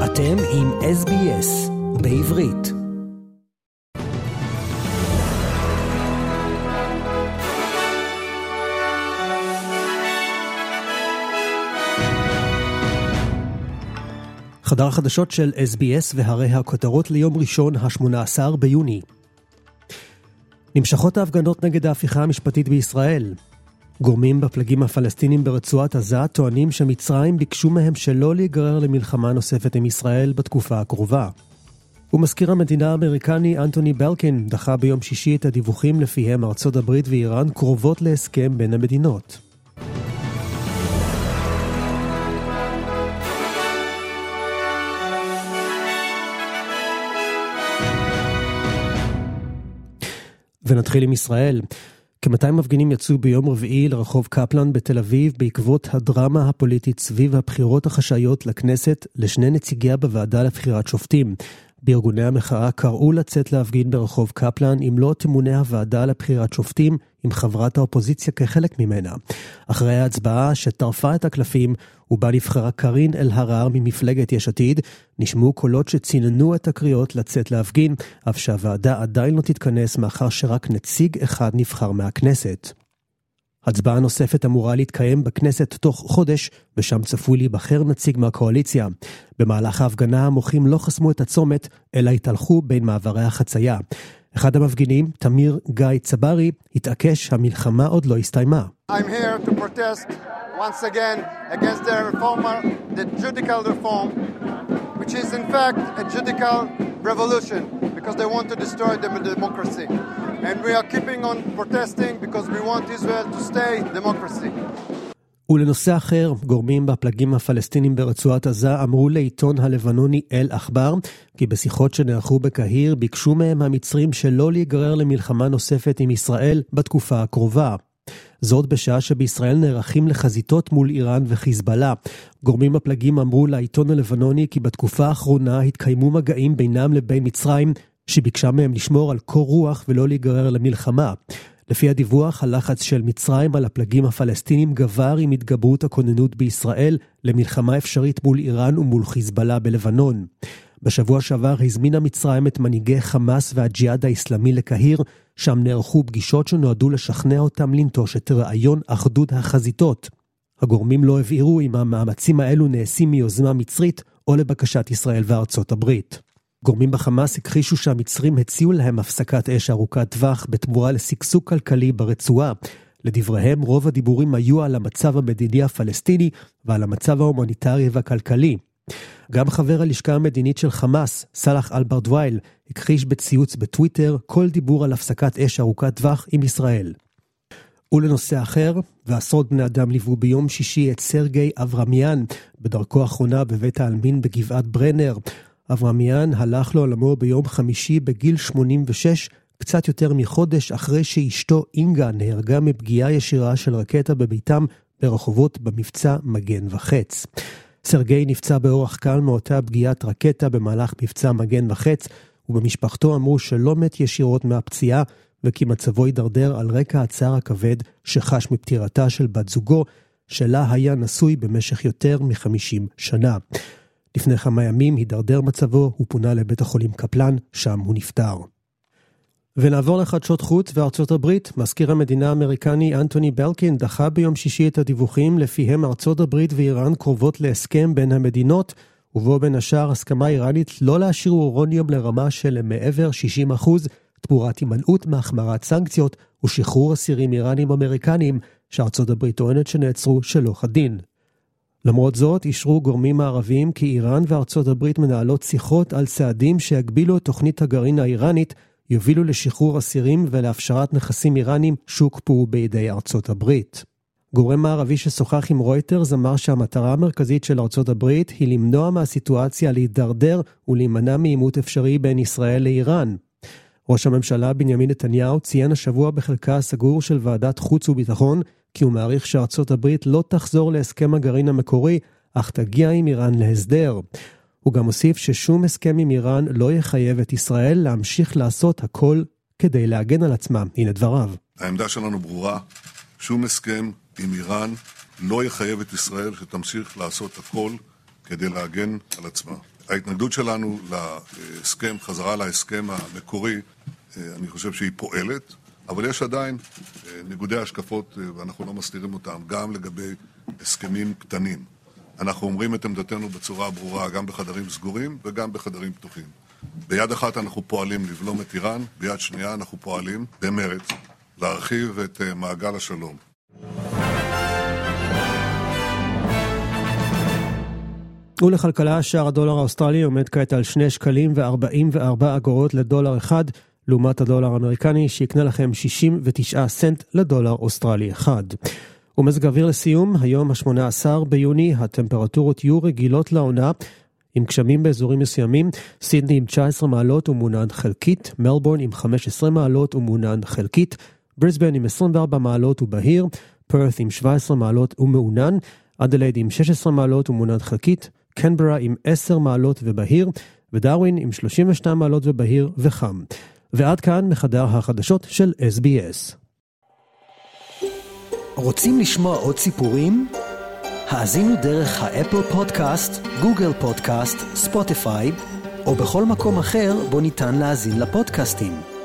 אתם עם SBS בעברית. חדר החדשות של SBS והרי הכותרות ליום ראשון ה-18 ביוני. נמשכות ההפגנות נגד ההפיכה המשפטית בישראל. גורמים בפלגים הפלסטינים ברצועת עזה טוענים שמצרים ביקשו מהם שלא להיגרר למלחמה נוספת עם ישראל בתקופה הקרובה. ומזכיר המדינה האמריקני אנטוני בלקין דחה ביום שישי את הדיווחים לפיהם ארצות הברית ואיראן קרובות להסכם בין המדינות. ונתחיל עם ישראל. כ-200 מפגינים יצאו ביום רביעי לרחוב קפלן בתל אביב בעקבות הדרמה הפוליטית סביב הבחירות החשאיות לכנסת לשני נציגיה בוועדה לבחירת שופטים. בארגוני המחאה קראו לצאת להפגין ברחוב קפלן אם לא תמונה הוועדה לבחירת שופטים עם חברת האופוזיציה כחלק ממנה. אחרי ההצבעה שטרפה את הקלפים ובה נבחרה קרין אלהרר ממפלגת יש עתיד, נשמעו קולות שציננו את הקריאות לצאת להפגין, אף שהוועדה עדיין לא תתכנס מאחר שרק נציג אחד נבחר מהכנסת. הצבעה נוספת אמורה להתקיים בכנסת תוך חודש, ושם צפוי להיבחר נציג מהקואליציה. במהלך ההפגנה המוחים לא חסמו את הצומת, אלא התהלכו בין מעברי החצייה. אחד המפגינים, תמיר גיא צברי, התעקש המלחמה עוד לא הסתיימה. I'm here to protest once again against the reform, the judicial reform, which is in fact a judicial revolution because they want to destroy the democracy. And we are keeping on protesting because we want Israel to stay democracy. ולנושא אחר, גורמים בפלגים הפלסטינים ברצועת עזה אמרו לעיתון הלבנוני אל-אחבר, כי בשיחות שנערכו בקהיר ביקשו מהם המצרים שלא להיגרר למלחמה נוספת עם ישראל בתקופה הקרובה. זאת בשעה שבישראל נערכים לחזיתות מול איראן וחיזבאללה. גורמים הפלגים אמרו לעיתון הלבנוני כי בתקופה האחרונה התקיימו מגעים בינם לבין מצרים, שביקשה מהם לשמור על קור רוח ולא להיגרר למלחמה. לפי הדיווח, הלחץ של מצרים על הפלגים הפלסטינים גבר עם התגברות הכוננות בישראל למלחמה אפשרית מול איראן ומול חיזבאללה בלבנון. בשבוע שעבר הזמינה מצרים את מנהיגי חמאס והג'יהאד האסלאמי לקהיר, שם נערכו פגישות שנועדו לשכנע אותם לנטוש את רעיון אחדות החזיתות. הגורמים לא הבהירו אם המאמצים האלו נעשים מיוזמה מצרית או לבקשת ישראל וארצות הברית. גורמים בחמאס הכחישו שהמצרים הציעו להם הפסקת אש ארוכת טווח בתמורה לסכסוך כלכלי ברצועה. לדבריהם, רוב הדיבורים היו על המצב המדיני הפלסטיני ועל המצב ההומניטרי והכלכלי. גם חבר הלשכה המדינית של חמאס, סלאח אל-ברדווייל, הכחיש בציוץ בטוויטר כל דיבור על הפסקת אש ארוכת טווח עם ישראל. ולנושא אחר, ועשרות בני אדם ליוו ביום שישי את סרגי אברמיאן בדרכו האחרונה בבית העלמין בגבעת ברנר. אברמיאן הלך לעולמו ביום חמישי בגיל 86, קצת יותר מחודש אחרי שאשתו אינגה נהרגה מפגיעה ישירה של רקטה בביתם ברחובות במבצע מגן וחץ. סרגי נפצע באורח קל מאותה פגיעת רקטה במהלך מבצע מגן וחץ, ובמשפחתו אמרו שלא מת ישירות מהפציעה, וכי מצבו הידרדר על רקע הצער הכבד שחש מפטירתה של בת זוגו, שלה היה נשוי במשך יותר מ-50 שנה. לפני כמה ימים הידרדר מצבו, הוא פונה לבית החולים קפלן, שם הוא נפטר. ונעבור לחדשות חוץ וארצות הברית. מזכיר המדינה האמריקני אנטוני בלקין דחה ביום שישי את הדיווחים לפיהם ארצות הברית ואיראן קרובות להסכם בין המדינות, ובו בין השאר הסכמה איראנית לא להשאיר אורניום לרמה של מעבר 60%, תמורת הימנעות מהחמרת סנקציות ושחרור אסירים איראנים אמריקנים שארצות הברית טוענת שנעצרו שלא כדין. למרות זאת, אישרו גורמים מערביים כי איראן וארצות הברית מנהלות שיחות על צעדים שיגבילו את תוכנית הגרעין האיראנית, יובילו לשחרור אסירים ולהפשרת נכסים איראנים שהוקפאו בידי ארצות הברית. גורם מערבי ששוחח עם רויטרס אמר שהמטרה המרכזית של ארצות הברית היא למנוע מהסיטואציה להידרדר ולהימנע מעימות אפשרי בין ישראל לאיראן. ראש הממשלה בנימין נתניהו ציין השבוע בחלקה הסגור של ועדת חוץ וביטחון כי הוא מעריך שארצות הברית לא תחזור להסכם הגרעין המקורי, אך תגיע עם איראן להסדר. הוא גם הוסיף ששום הסכם עם איראן לא יחייב את ישראל להמשיך לעשות הכל כדי להגן על עצמם. הנה דבריו. העמדה שלנו ברורה, שום הסכם עם איראן לא יחייב את ישראל שתמשיך לעשות הכל כדי להגן על עצמה. ההתנגדות שלנו להסכם, חזרה להסכם המקורי, אני חושב שהיא פועלת, אבל יש עדיין ניגודי השקפות, ואנחנו לא מסתירים אותם, גם לגבי הסכמים קטנים. אנחנו אומרים את עמדתנו בצורה ברורה, גם בחדרים סגורים וגם בחדרים פתוחים. ביד אחת אנחנו פועלים לבלום את איראן, ביד שנייה אנחנו פועלים במרץ להרחיב את מעגל השלום. ולכלכלה, שער הדולר האוסטרלי עומד כעת על 2 שקלים ו44 אגורות לדולר אחד, לעומת הדולר האמריקני שיקנה לכם 69 סנט לדולר אוסטרלי אחד. ומזג אוויר לסיום, היום ה-18 ביוני, הטמפרטורות יהיו רגילות לעונה, עם גשמים באזורים מסוימים, סידני עם 19 מעלות ומעונן חלקית, מלבורן עם 15 מעלות ומעונן חלקית, בריסבן עם 24 מעלות ובהיר, פרת עם 17 מעלות ומעונן, אדלייד עם 16 מעלות ומעונן חלקית, קנברה עם 10 מעלות ובהיר, ודרווין עם 32 מעלות ובהיר וחם. ועד כאן מחדר החדשות של SBS. רוצים לשמוע עוד סיפורים? האזינו דרך האפל פודקאסט, גוגל פודקאסט, ספוטיפיי, או בכל מקום אחר בו ניתן להאזין לפודקאסטים.